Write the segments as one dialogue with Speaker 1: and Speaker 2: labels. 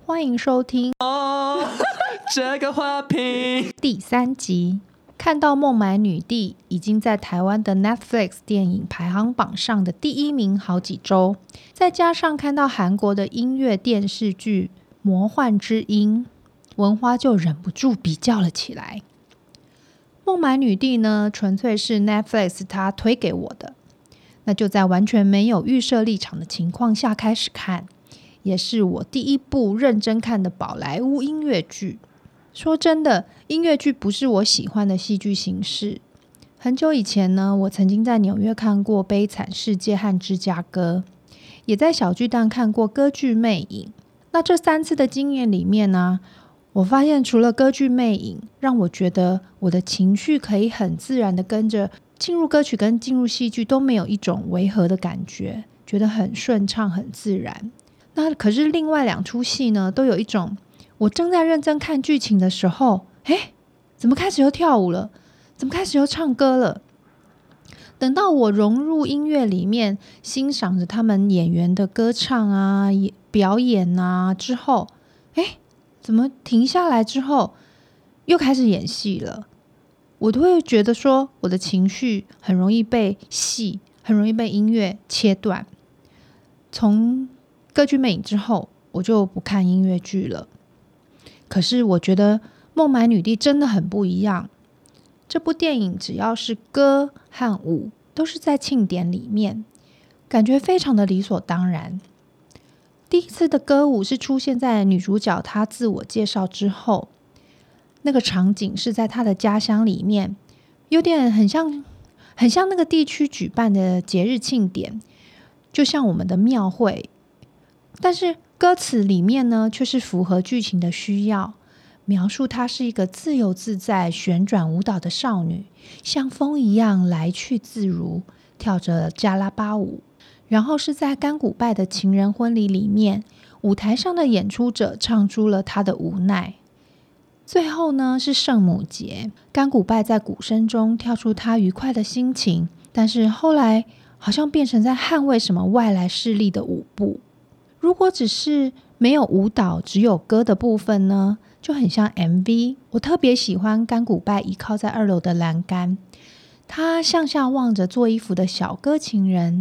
Speaker 1: 欢迎收听
Speaker 2: 这个花瓶
Speaker 1: 第3集。看到《孟买女帝》已经在台湾的 Netflix 电影排行榜上的第1名好几周，再加上看到韩国的音乐电视剧《魔幻之音》，文花就忍不住比较了起来。孟买女帝呢，纯粹是 Netflix 它推给我的，那就在完全没有预设立场的情况下开始看，也是我第一部认真看的宝莱坞音乐剧。说真的，音乐剧不是我喜欢的戏剧形式。很久以前呢，我曾经在纽约看过《悲惨世界》和《芝加哥》，也在小巨蛋看过歌剧《魅影》。那这3次的经验里面呢，我发现除了歌剧《魅影》让我觉得我的情绪可以很自然的跟着进入歌曲跟进入戏剧都没有一种违和的感觉，觉得很顺畅很自然。那可是另外2出戏呢，都有一种我正在认真看剧情的时候，怎么开始又跳舞了？怎么开始又唱歌了？等到我融入音乐里面，欣赏着他们演员的歌唱啊、表演啊之后，怎么停下来之后又开始演戏了？我都会觉得说，我的情绪很容易被戏，很容易被音乐切断。从歌剧魅影之后，我就不看音乐剧了。可是我觉得《孟买女帝》真的很不一样。这部电影只要是歌和舞，都是在庆典里面，感觉非常的理所当然。第一次的歌舞是出现在女主角她自我介绍之后，那个场景是在她的家乡里面，有点很像那个地区举办的节日庆典，就像我们的庙会。但是歌词里面呢，却是符合剧情的需要，描述她是一个自由自在旋转舞蹈的少女，像风一样来去自如，跳着加拉巴舞。然后是在甘古拜的情人婚礼里面，舞台上的演出者唱出了她的无奈。最后呢，是圣母节，甘古拜在鼓声中跳出她愉快的心情，但是后来好像变成在捍卫什么外来势力的舞步。如果只是没有舞蹈只有歌的部分呢，就很像 MV。 我特别喜欢甘古拜倚靠在2楼的栏杆，他向下望着做衣服的小哥情人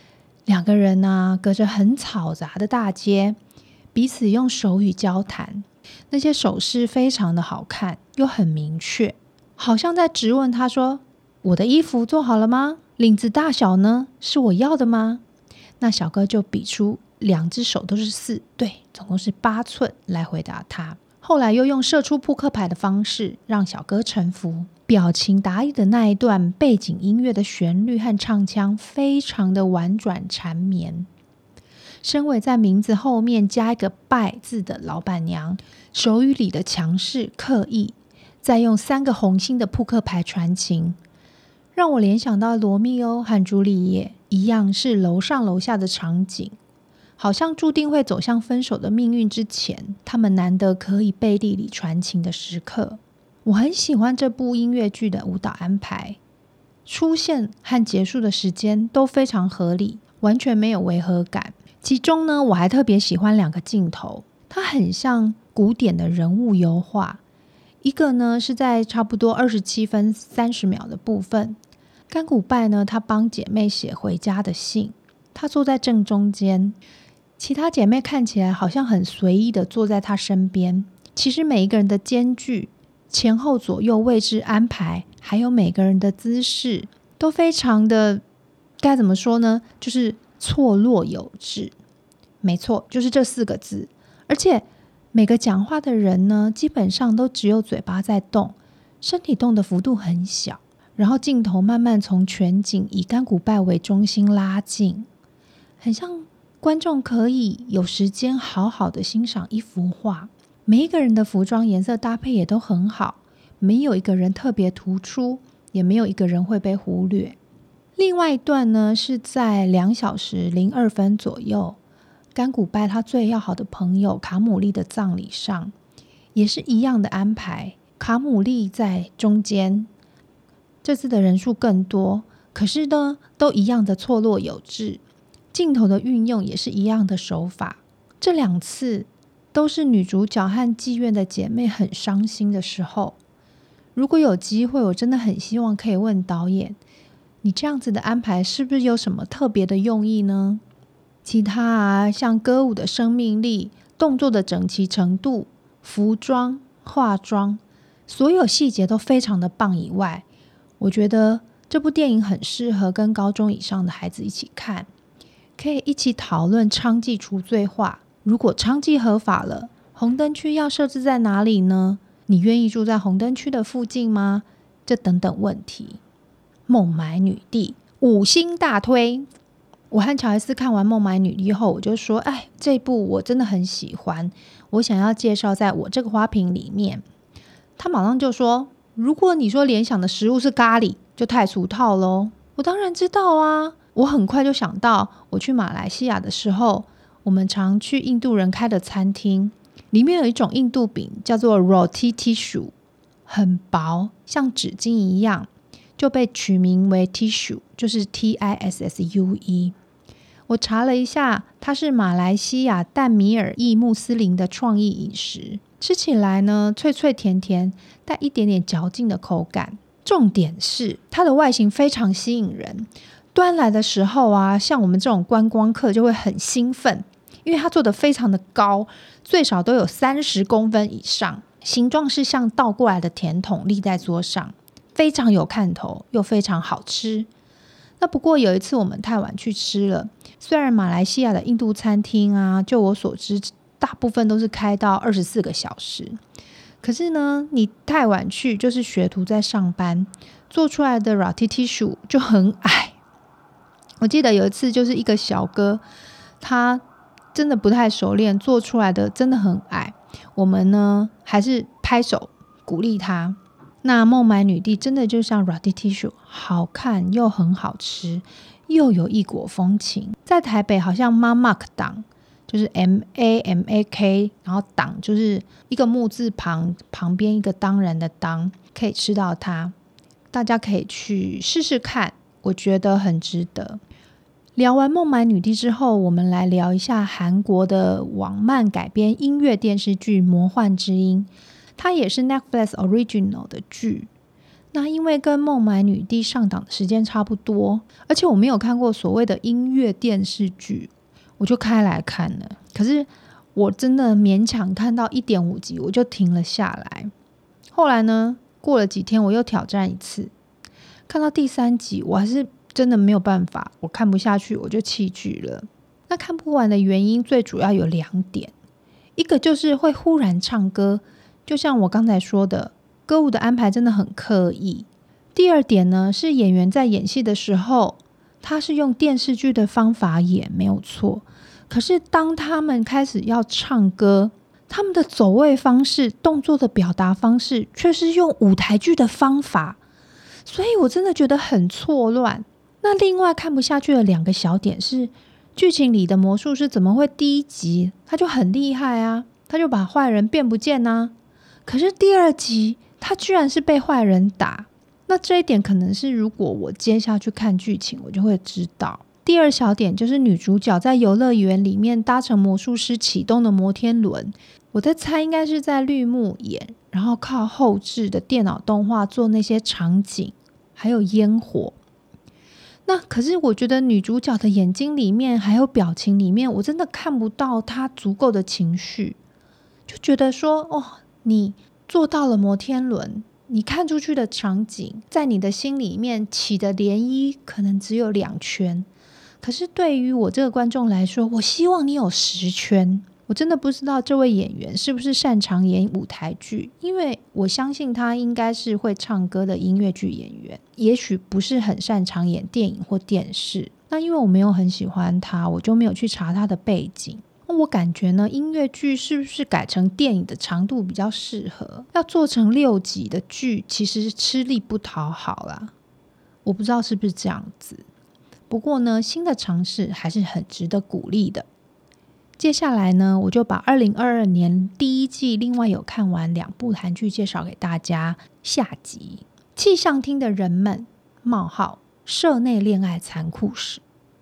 Speaker 1: ，2个人啊，隔着很嘈杂的大街，彼此用手语交谈。那些手势非常的好看又很明确，好像在质问他说，我的衣服做好了吗？领子大小呢？是我要的吗？那小哥就比出2只手都是4，对，总共是8寸来回答他。后来又用射出扑克牌的方式让小哥臣服。表情达意的那一段背景音乐的旋律和唱腔非常的婉转缠绵。身为在名字后面加一个拜字的老板娘，手语里的强势刻意，再用3个红心的扑克牌传情，让我联想到罗密欧和朱丽叶一样，是楼上楼下的场景，好像注定会走向分手的命运之前，他们难得可以背地里传情的时刻。我很喜欢这部音乐剧的舞蹈安排，出现和结束的时间都非常合理，完全没有违和感。其中呢，我还特别喜欢2个镜头，它很像古典的人物油画。一个呢是在差不多27分30秒的部分，甘古拜呢，他帮姐妹写回家的信，他坐在正中间，其他姐妹看起来好像很随意的坐在他身边。其实每一个人的间距、前后左右位置安排，还有每个人的姿势都非常的，该怎么说呢，就是错落有致。没错，就是这4个字。而且每个讲话的人呢，基本上都只有嘴巴在动，身体动的幅度很小。然后镜头慢慢从全景以甘古拜为中心拉近，很像观众可以有时间好好的欣赏一幅画。每一个人的服装颜色搭配也都很好，没有一个人特别突出，也没有一个人会被忽略。另外一段呢，是在2小时02分左右，甘古拜他最要好的朋友卡姆利的葬礼上，也是一样的安排，卡姆利在中间，这次的人数更多，可是呢都一样的错落有致，镜头的运用也是一样的手法。这2次都是女主角和妓院的姐妹很伤心的时候。如果有机会，我真的很希望可以问导演，你这样子的安排是不是有什么特别的用意呢？其他像歌舞的生命力、动作的整齐程度、服装、化妆，所有细节都非常的棒以外，我觉得这部电影很适合跟高中以上的孩子一起看，可以一起讨论娼妓除罪化。如果娼妓合法了，红灯区要设置在哪里呢？你愿意住在红灯区的附近吗？这等等问题。孟买女帝5星大推。我和乔伊斯看完孟买女帝后，我就说这部我真的很喜欢，我想要介绍在我这个花瓶里面。他马上就说，如果你说联想的食物是咖喱，就太俗套咯。我当然知道啊，我很快就想到我去马来西亚的时候，我们常去印度人开的餐厅，里面有一种印度饼叫做 Roti Tissue， 很薄，像纸巾一样，就被取名为 Tissue， 就是 Tissue。 我查了一下，它是马来西亚淡米尔裔穆斯林的创意饮食，吃起来呢脆脆甜甜，带一点点嚼劲的口感。重点是它的外形非常吸引人，端来的时候啊，像我们这种观光客就会很兴奋，因为它做得非常的高，最少都有30公分以上，形状是像倒过来的甜筒立在桌上，非常有看头，又非常好吃。那不过有一次我们太晚去吃了，虽然马来西亚的印度餐厅啊，就我所知大部分都是开到24个小时，可是呢你太晚去，就是学徒在上班，做出来的 Roti Tissue 就很矮。我记得有一次就是一个小哥，他真的不太熟练，做出来的真的很矮，我们呢还是拍手鼓励他。那孟买女帝真的就像 Roti Tissue， 好看又很好吃，又有异国风情。在台北好像 Mamak 档，就是 MAMAK， 然后档就是一个木字旁边一个当然的当，可以吃到它。大家可以去试试看，我觉得很值得。聊完孟买女帝之后，我们来聊一下韩国的网漫改编音乐电视剧《魔幻之音》，它也是 Netflix Original 的剧。那因为跟孟买女帝上档的时间差不多，而且我没有看过所谓的音乐电视剧，我就开来看了。可是我真的勉强看到 1.5 集我就停了下来。后来呢，过了几天我又挑战一次，看到第3集我还是真的没有办法，我看不下去，我就弃剧了。那看不完的原因最主要有2点，一个就是会忽然唱歌，就像我刚才说的，歌舞的安排真的很刻意。第二点呢，是演员在演戏的时候，他是用电视剧的方法演，没有错。可是当他们开始要唱歌，他们的走位方式、动作的表达方式，却是用舞台剧的方法，所以我真的觉得很错乱。那另外看不下去的2个小点是，剧情里的魔术师怎么会第1集他就很厉害啊，他就把坏人变不见啊，可是第2集他居然是被坏人打。那这一点可能是如果我接下去看剧情我就会知道。第2小点就是女主角在游乐园里面搭乘魔术师启动的摩天轮，我在猜应该是在绿幕演，然后靠后置的电脑动画做那些场景还有烟火。那可是我觉得女主角的眼睛里面还有表情里面，我真的看不到她足够的情绪，就觉得说你做到了摩天轮，你看出去的场景在你的心里面起的涟漪可能只有2圈，可是对于我这个观众来说，我希望你有10圈。我真的不知道这位演员是不是擅长演舞台剧，因为我相信他应该是会唱歌的音乐剧演员，也许不是很擅长演电影或电视。那因为我没有很喜欢他，我就没有去查他的背景。我感觉呢，音乐剧是不是改成电影的长度比较适合，要做成6集的剧其实吃力不讨好啦，我不知道是不是这样子。不过呢，新的尝试还是很值得鼓励的。接下来呢，我就把2022年第1季另外有看完2部韩剧介绍给大家。下集气象厅的人们：社内恋爱残酷史。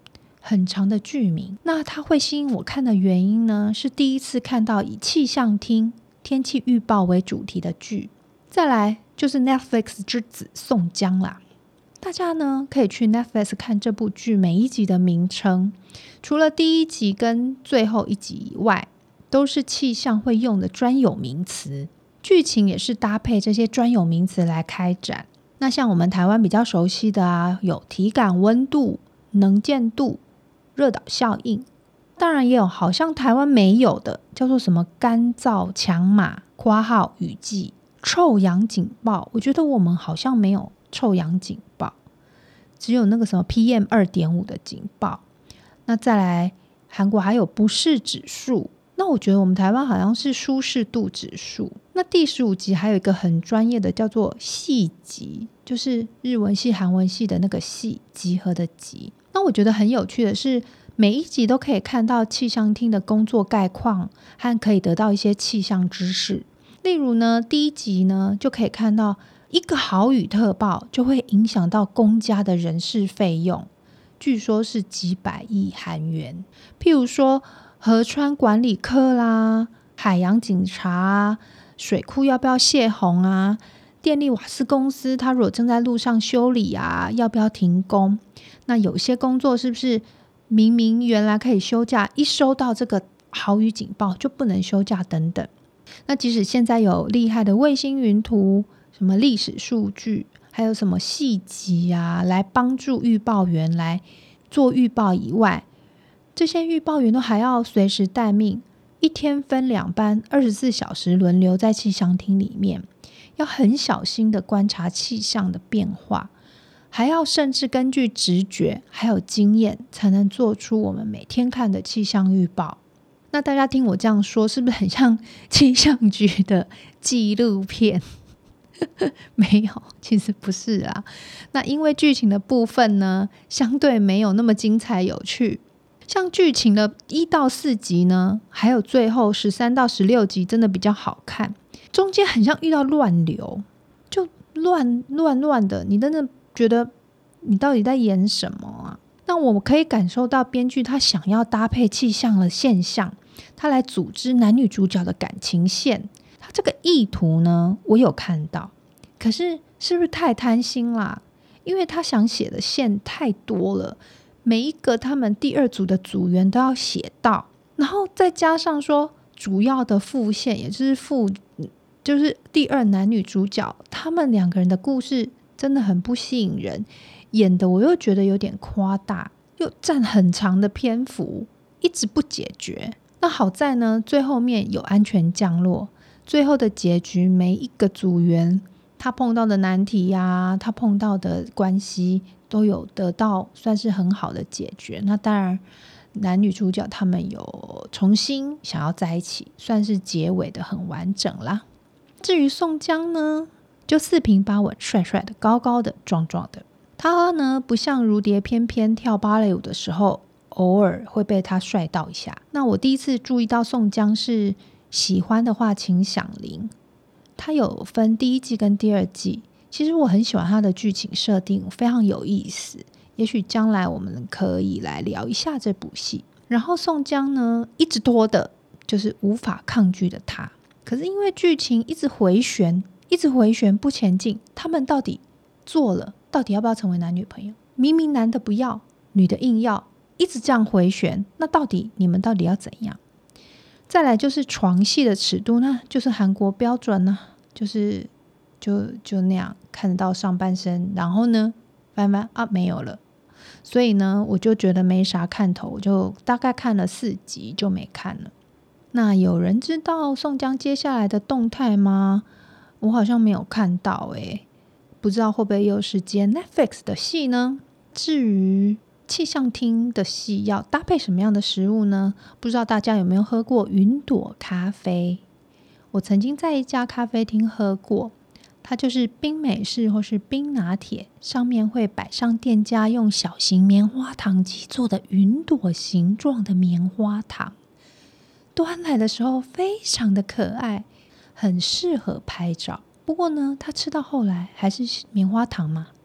Speaker 1: 很长的剧名。那它会吸引我看的原因呢，是第一次看到以气象厅天气预报为主题的剧。再来就是 Netflix 之子宋江啦，大家呢可以去 Netflix 看这部剧每一集的名称，除了第一集跟最后一集以外，都是气象会用的专有名词，剧情也是搭配这些专有名词来开展。那像我们台湾比较熟悉的啊，有体感温度、能见度、热岛效应，当然也有好像台湾没有的，叫做什么干燥强马（雨季）、臭氧警报。我觉得我们好像没有臭氧警报，只有那个什么 PM2.5 的警报。那再来韩国还有不适指数，那我觉得我们台湾好像是舒适度指数。那第15集还有一个很专业的叫做系集，就是日文系韩文系的那个系，集合的集。那我觉得很有趣的是，每一集都可以看到气象厅的工作概况和可以得到一些气象知识。例如呢，第一集呢就可以看到一个豪雨特报就会影响到公家的人事费用，据说是几百亿韩元。譬如说河川管理科啦、海洋警察啊、水库要不要泄洪啊、电力瓦斯公司它如果正在路上修理啊，要不要停工？那有些工作是不是明明原来可以休假，一收到这个豪雨警报就不能休假等等。那即使现在有厉害的卫星云图、什么历史数据，还有什么细集啊，来帮助预报员来做预报以外，这些预报员都还要随时待命，一天分2班，24小时轮流在气象厅里面，要很小心的观察气象的变化，还要甚至根据直觉还有经验才能做出我们每天看的气象预报。那大家听我这样说，是不是很像气象局的纪录片？没有，其实不是啦。那因为剧情的部分呢，相对没有那么精彩有趣。像剧情的1到4集呢，还有最后13到16集真的比较好看，中间很像遇到乱流，就乱的，你真的觉得你到底在演什么啊？那我可以感受到编剧他想要搭配气象的现象，他来组织男女主角的感情线，他这个意图呢我有看到，可是是不是太贪心啦？因为他想写的线太多了，每一个他们第2组的组员都要写到，然后再加上说主要的副线，也就是第2男女主角，他们2个人的故事真的很不吸引人，演的我又觉得有点夸大，又占很长的篇幅，一直不解决。那好在呢，最后面有安全降落，最后的结局每一个组员他碰到的难题啊，他碰到的关系都有得到算是很好的解决。那当然男女主角他们有重新想要在一起，算是结尾的很完整啦。至于宋江呢，就4平8稳，帅帅的，高高的，壮壮的。他呢不像如蝶翩翩跳芭蕾舞的时候偶尔会被他帅到一下。那我第一次注意到宋江是喜欢的话请响铃，他有分第1季跟第2季，其实我很喜欢他的剧情设定，非常有意思，也许将来我们可以来聊一下这部戏。然后宋江呢一直拖的就是无法抗拒的他，可是因为剧情一直回旋不前进，他们到底做了，到底要不要成为男女朋友？明明男的不要，女的硬要，一直这样回旋，那你们到底要怎样？再来就是床戏的尺度，那就是韩国标准呢，就那样看得到上半身，然后呢翻啊没有了。所以呢我就觉得没啥看头，我就大概看了4集就没看了。那有人知道宋江接下来的动态吗？我好像没有看到不知道会不会又是接 Netflix 的戏呢？至于气象厅的戏要搭配什么样的食物呢？不知道大家有没有喝过云朵咖啡？我曾经在一家咖啡厅喝过，它就是冰美式或是冰拿铁，上面会摆上店家用小型棉花糖机做的云朵形状的棉花糖，端来的时候非常的可爱，很适合拍照。不过呢，它吃到后来还是棉花糖嘛，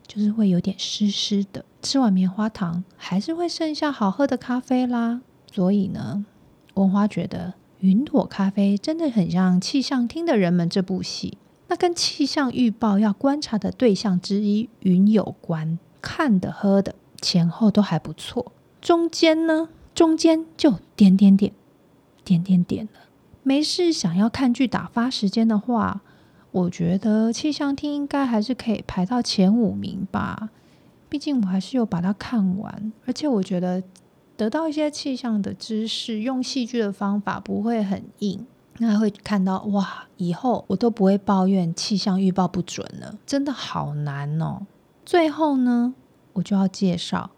Speaker 1: 就是会有点湿湿的，吃完棉花糖还是会剩下好喝的咖啡啦。所以呢，文华觉得云朵咖啡真的很像气象厅的人们这部戏。那跟气象预报要观察的对象之一云有关，看的喝的前后都还不错，中间就点点点了。没事想要看剧打发时间的话，我觉得气象厅应该还是可以排到前5名吧，毕竟我还是有把它看完，而且我觉得得到一些气象的知识，用戏剧的方法不会很硬，那会看到哇，以后我都不会抱怨气象预报不准了，真的好难哦。最后呢，我就要介绍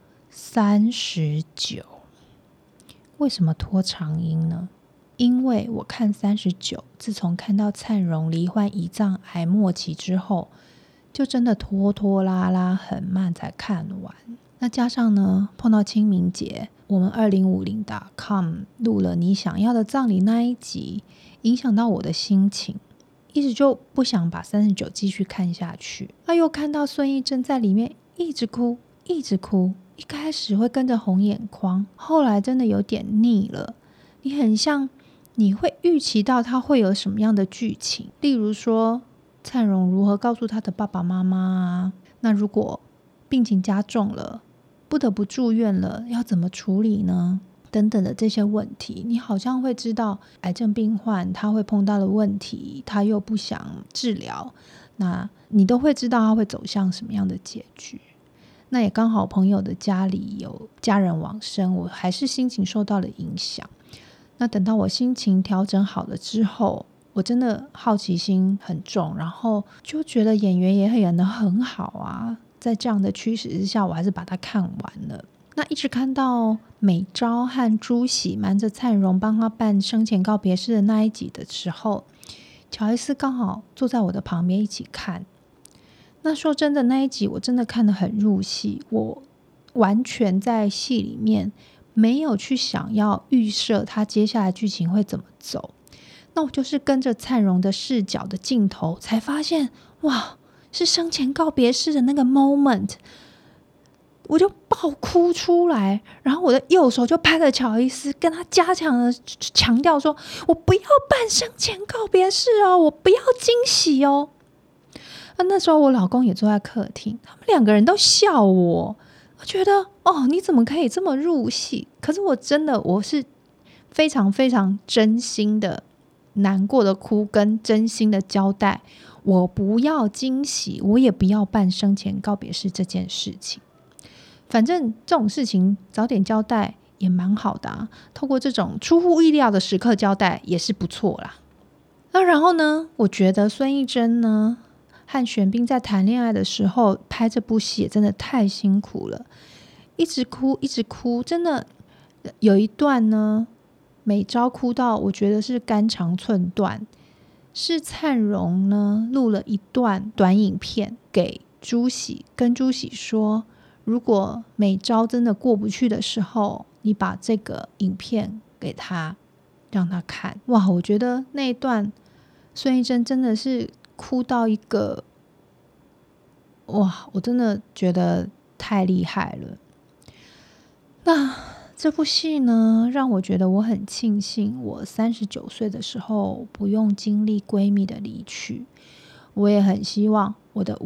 Speaker 1: 39。为什么拖长音呢？因为我看39，自从看到灿荣罹患胰脏癌末期之后，就真的拖拖拉拉很慢才看完。那加上呢，碰到清明节，我们2050.com 录了你想要的葬礼那一集，影响到我的心情，一直就不想把39继续看下去。又看到孙艺珍在里面一直哭，一开始会跟着红眼眶，后来真的有点腻了。你会预期到他会有什么样的剧情，例如说灿荣如何告诉他的爸爸妈妈啊，那如果病情加重了，不得不住院了，要怎么处理呢？等等的这些问题，你好像会知道癌症病患他会碰到的问题，他又不想治疗，那你都会知道他会走向什么样的结局。那也刚好朋友的家里有家人往生，我还是心情受到了影响。那等到我心情调整好了之后，我真的好奇心很重，然后就觉得演员也演得很好啊。在这样的驱使之下，我还是把它看完了。那一直看到美昭和朱喜瞒着灿荣帮他办生前告别式的那一集的时候，乔伊斯刚好坐在我的旁边一起看。那说真的，那一集我真的看得很入戏，我完全在戏里面没有去想要预设他接下来剧情会怎么走。那我就是跟着灿荣的视角的镜头，才发现哇，是生前告别式的那个 moment， 我就爆哭出来，然后我的右手就拍了乔伊斯，跟他加强的强调说，我不要办生前告别式哦，我不要惊喜哦。那时候我老公也坐在客厅，他们2个人都笑我觉得你怎么可以这么入戏？可是我是非常非常真心的难过的哭，跟真心的交代，我不要惊喜，我也不要办生前告别式这件事情。反正这种事情早点交代也蛮好的啊，透过这种出乎意料的时刻交代也是不错啦。那然后呢，我觉得孙艺珍呢和玄彬在谈恋爱的时候拍这部戏也真的太辛苦了，一直哭，真的有一段呢，美昭哭到我觉得是肝肠寸断，是灿荣呢录了一段短影片给朱喜，跟朱喜说，如果美昭真的过不去的时候，你把这个影片给他，让他看。哇，我觉得那一段孙艺珍真的是哭到一个，哇，我真的觉得太厉害了。那这部戏呢，让我觉得我很庆幸我39岁的时候不用经历闺蜜的离去，我也很希望我的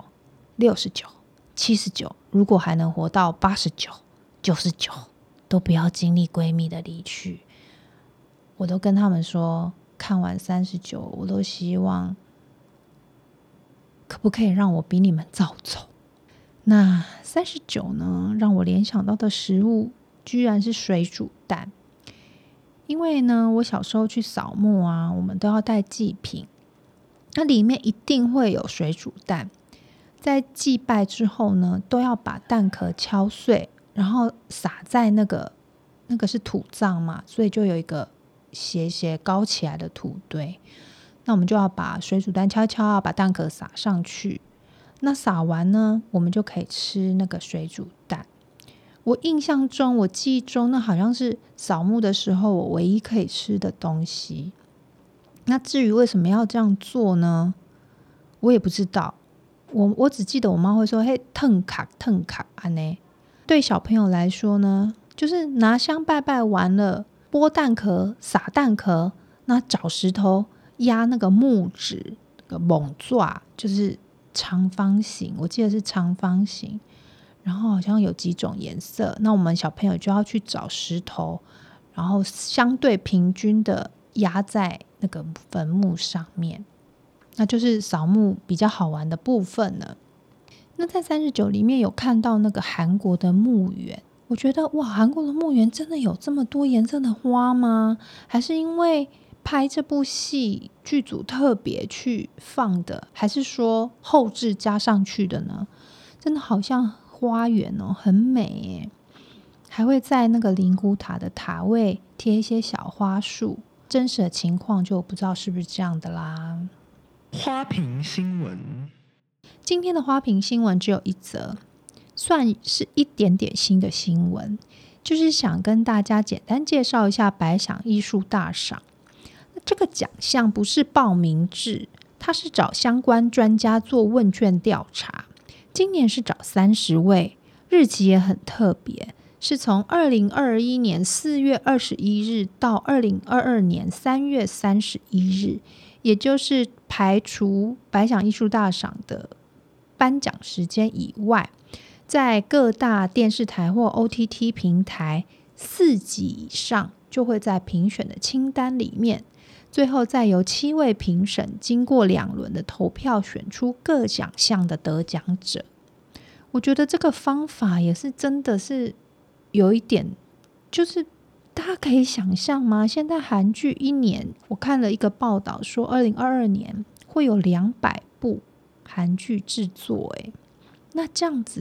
Speaker 1: 59、69、79，如果还能活到89、99，都不要经历闺蜜的离去。我都跟他们说，看完39，我都希望可不可以让我比你们早走。那39呢，让我联想到的食物居然是水煮蛋。因为呢，我小时候去扫墓啊，我们都要带祭品，那里面一定会有水煮蛋。在祭拜之后呢，都要把蛋壳敲碎，然后撒在那个是土葬嘛，所以就有一个斜斜高起来的土堆。那我们就要把水煮蛋敲一敲，把蛋壳撒上去。那撒完呢，我们就可以吃那个水煮蛋。我印象中，我记忆中，那好像是扫墓的时候我唯一可以吃的东西。那至于为什么要这样做呢，我也不知道。 我只记得我妈会说嘿腾卡腾卡安呢。对小朋友来说呢，就是拿香拜拜完了，剥蛋壳撒蛋壳，那找石头压那个木质那个猛爪，就是长方形，我记得是长方形，然后好像有几种颜色，那我们小朋友就要去找石头，然后相对平均的压在那个坟墓上面，那就是扫墓比较好玩的部分了。那在39里面有看到那个韩国的墓园，我觉得哇，韩国的墓园真的有这么多颜色的花吗？还是因为拍这部戏剧组特别去放的，还是说后置加上去的呢？真的好像花园哦，很美耶，还会在那个灵骨塔的塔位贴一些小花束，真实的情况就不知道是不是这样的啦。
Speaker 2: 花瓶新闻，
Speaker 1: 今天的花瓶新闻只有一则，算是一点点新的新闻，就是想跟大家简单介绍一下百想艺术大赏。这个奖项不是报名制，它是找相关专家做问卷调查。今年是找30位，日期也很特别，是从2021年4月21日到2022年3月31日，也就是排除百想艺术大赏的颁奖时间以外，在各大电视台或 OTT 平台4集以上就会在评选的清单里面，最后再由7位评审经过2轮的投票选出各奖项的得奖者。我觉得这个方法也是真的是有一点，就是大家可以想象吗？现在韩剧一年，我看了一个报道说2022年会有200部韩剧制作，那这样子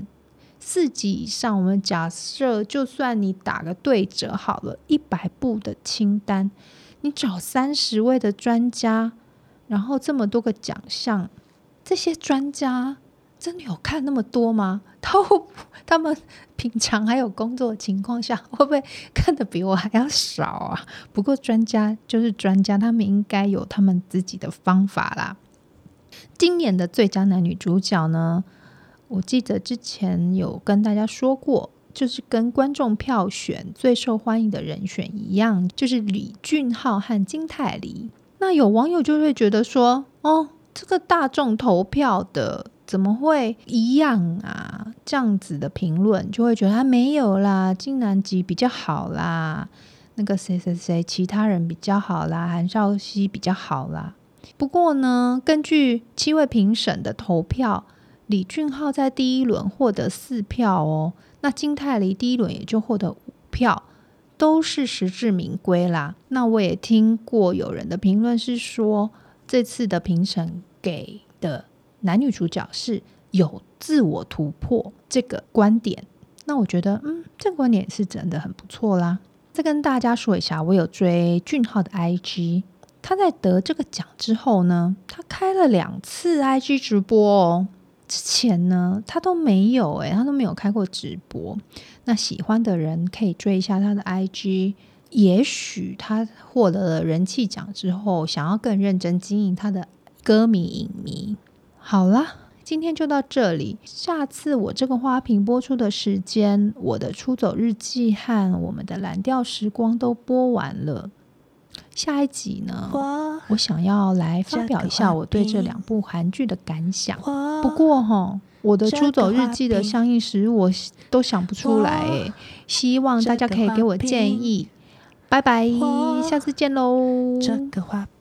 Speaker 1: 4集以上，我们假设就算你打个对折好了，100部的清单，你找30位的专家，然后这么多个奖项，这些专家真的有看那么多吗？他们平常还有工作的情况下，会不会看得比我还要少啊？不过专家就是专家，他们应该有他们自己的方法啦。今年的最佳男女主角呢，我记得之前有跟大家说过，就是跟观众票选最受欢迎的人选一样，就是李俊浩和金泰梨。那有网友就会觉得说，这个大众投票的怎么会一样啊？这样子的评论就会觉得他没有啦，金南吉比较好啦，那个谁谁谁其他人比较好啦，韩少熙比较好啦。不过呢，根据7位评审的投票，李俊浩在第1轮获得4票哦，那金泰梨第1轮也就获得5票，都是实至名归啦。那我也听过有人的评论是说，这次的评审给的男女主角是有自我突破这个观点，那我觉得这个观点是真的很不错啦。再跟大家说一下，我有追俊浩的 IG， 他在得这个奖之后呢，他开了2次 IG 直播哦，之前呢他都没有他都没有开过直播。那喜欢的人可以追一下他的 IG， 也许他获得了人气奖之后，想要更认真经营他的歌迷影迷。好啦，今天就到这里，下次我这个花瓶播出的时间，我的出走日记和我们的蓝调时光都播完了。下一集呢，我想要来发表一下我对这2部韩剧的感想。不过我的出走日记的相应食物我都想不出来希望大家可以给我建议。拜拜，下次见喽。
Speaker 2: 这个花